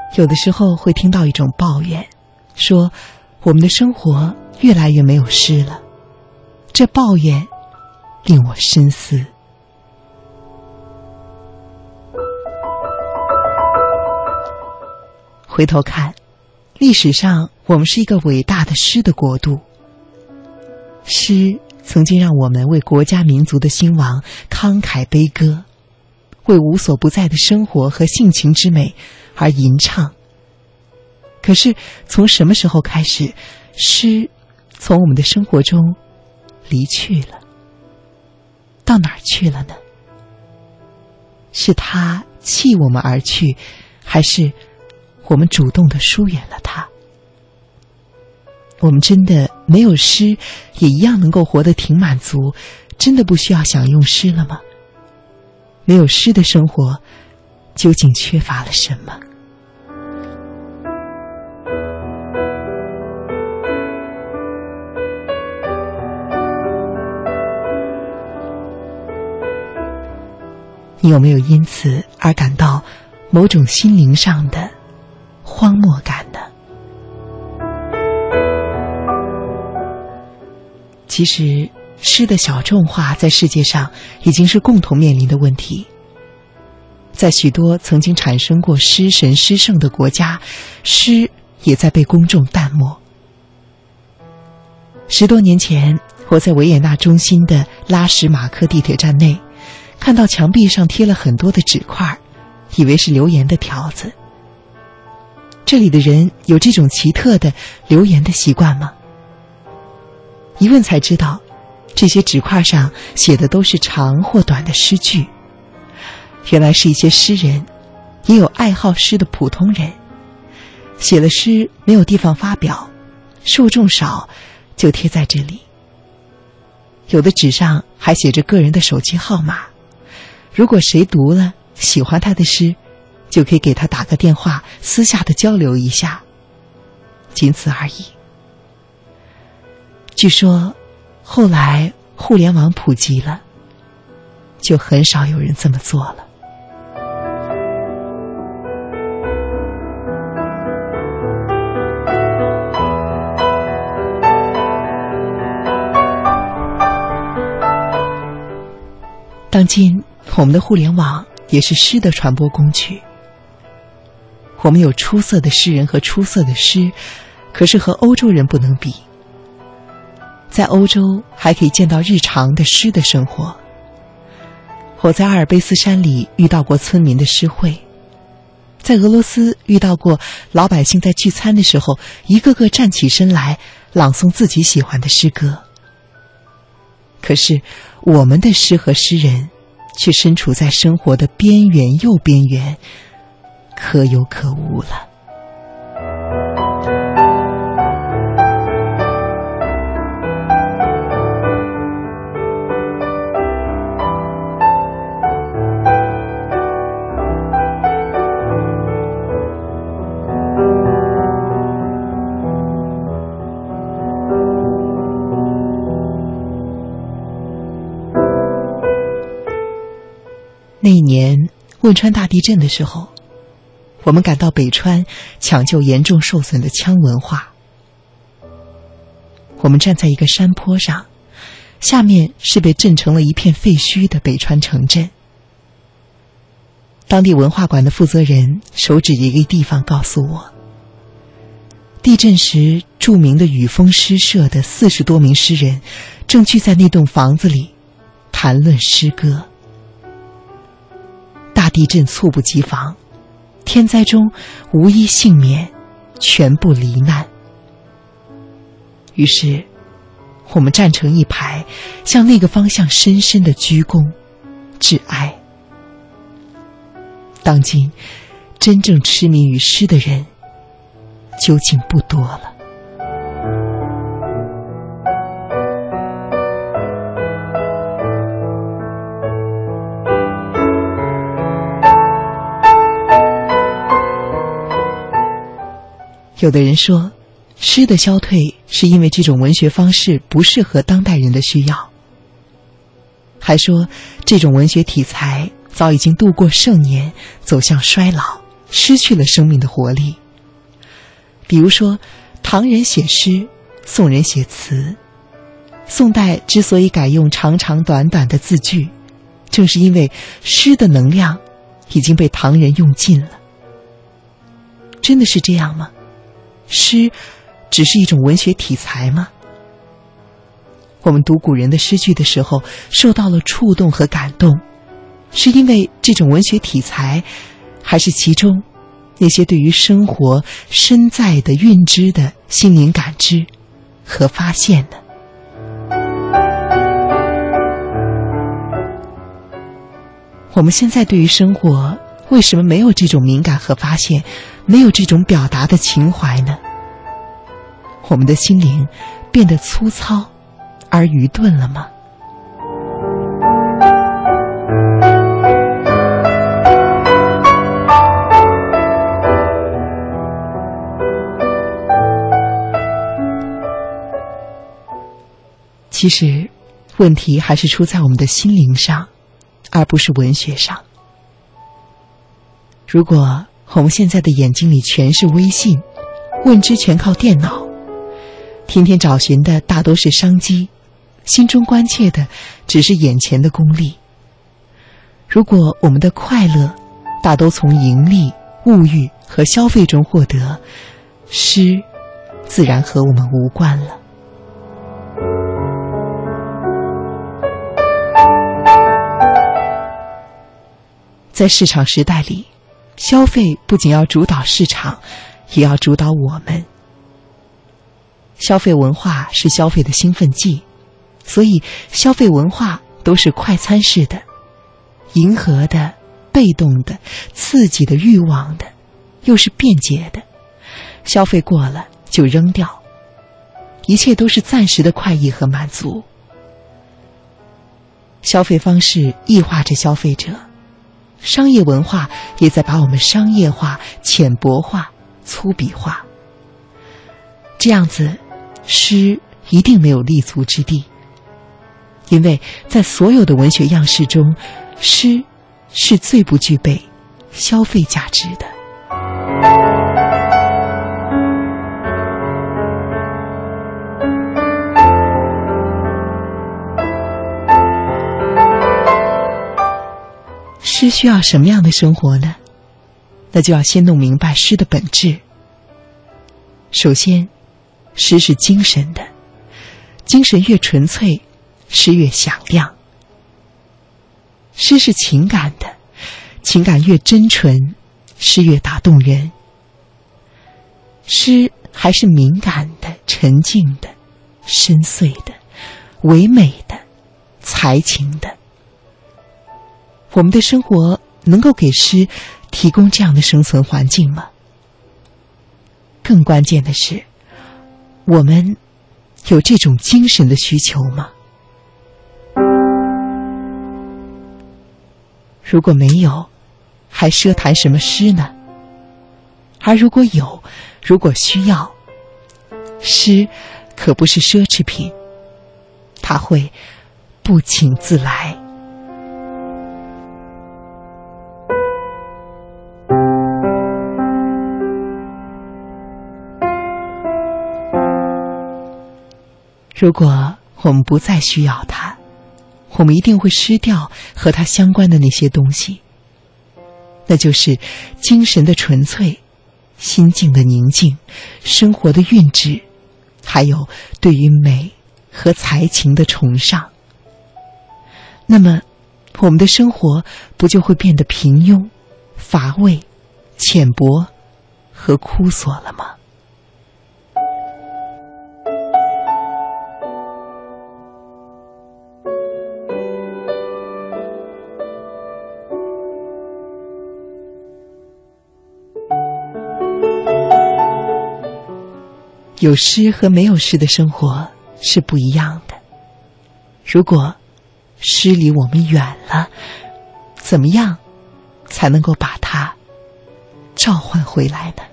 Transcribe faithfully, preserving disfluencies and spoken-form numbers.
有的时候会听到一种抱怨，说我们的生活越来越没有诗了。这抱怨令我深思。回头看，历史上我们是一个伟大的诗的国度。诗曾经让我们为国家民族的兴亡慷慨悲歌，为无所不在的生活和性情之美而吟唱。可是从什么时候开始，诗从我们的生活中离去了？到哪儿去了呢？是它弃我们而去，还是我们主动地疏远了它？我们真的没有诗也一样能够活得挺满足，真的不需要享用诗了吗？没有诗的生活究竟缺乏了什么？你有没有因此而感到某种心灵上的荒漠感呢？其实诗的小众化在世界上已经是共同面临的问题。在许多曾经产生过诗神诗圣的国家，诗也在被公众淡漠。十多年前，我在维也纳中心的拉什马克地铁站内，看到墙壁上贴了很多的纸块，以为是留言的条子。这里的人有这种奇特的留言的习惯吗？一问才知道，这些纸块上写的都是长或短的诗句。原来是一些诗人，也有爱好诗的普通人，写了诗没有地方发表，受众少，就贴在这里。有的纸上还写着个人的手机号码，如果谁读了喜欢他的诗，就可以给他打个电话，私下的交流一下，仅此而已。据说后来互联网普及了，就很少有人这么做了。当今我们的互联网也是诗的传播工具。我们有出色的诗人和出色的诗，可是和欧洲人不能比。在欧洲还可以见到日常的诗的生活。我在阿尔卑斯山里遇到过村民的诗会，在俄罗斯遇到过老百姓在聚餐的时候一个个站起身来朗诵自己喜欢的诗歌。可是我们的诗和诗人却身处在生活的边缘又边缘，可有可无了。那一年汶川大地震的时候，我们赶到北川抢救严重受损的羌文化。我们站在一个山坡上，下面是被震成了一片废墟的北川城镇。当地文化馆的负责人手指一个地方告诉我，地震时著名的雨峰诗社的四十多名诗人正聚在那栋房子里谈论诗歌。大地震猝不及防，天灾中无一幸免，全部罹难。于是我们站成一排，向那个方向深深的鞠躬致哀。当今真正痴迷于诗的人究竟不多了。有的人说，诗的消退是因为这种文学方式不适合当代人的需要，还说这种文学题材早已经度过盛年，走向衰老， 失去了生命的活力。比如说，唐人写诗，宋人写词。宋代之所以改用长长短短的字句，正是因为诗的能量已经被唐人用尽了。真的是这样吗？诗只是一种文学题材吗？我们读古人的诗句的时候，受到了触动和感动，是因为这种文学题材，还是其中那些对于生活深在的蕴织的心灵感知和发现呢？我们现在对于生活为什么没有这种敏感和发现，没有这种表达的情怀呢？我们的心灵变得粗糙而愚钝了吗？其实问题还是出在我们的心灵上，而不是文学上。如果我们现在的眼睛里全是微信，问知全靠电脑，天天找寻的大多是商机，心中关切的只是眼前的功利。如果我们的快乐大都从盈利、物欲和消费中获得，诗自然和我们无关了。在市场时代里，消费不仅要主导市场，也要主导我们。消费文化是消费的兴奋剂，所以消费文化都是快餐式的，迎合的、被动的、刺激的、欲望的，又是便捷的，消费过了就扔掉，一切都是暂时的快意和满足。消费方式异化着消费者，商业文化也在把我们商业化、浅薄化、粗鄙化。这样子，诗一定没有立足之地，因为在所有的文学样式中，诗是最不具备消费价值的。诗需要什么样的生活呢？那就要先弄明白诗的本质。首先，诗是精神的，精神越纯粹，诗越响亮。诗是情感的，情感越真纯，诗越打动人。诗还是敏感的、沉静的、深邃的、唯美的、才情的。我们的生活能够给诗提供这样的生存环境吗？更关键的是，我们有这种精神的需求吗？如果没有，还奢谈什么诗呢？而如果有，如果需要，诗可不是奢侈品，它会不请自来。如果我们不再需要它，我们一定会失掉和它相关的那些东西，那就是精神的纯粹、心境的宁静、生活的韵致，还有对于美和才情的崇尚。那么我们的生活不就会变得平庸、乏味、浅薄和枯索了吗？有诗和没有诗的生活是不一样的。如果诗离我们远了，怎么样才能够把它召唤回来呢？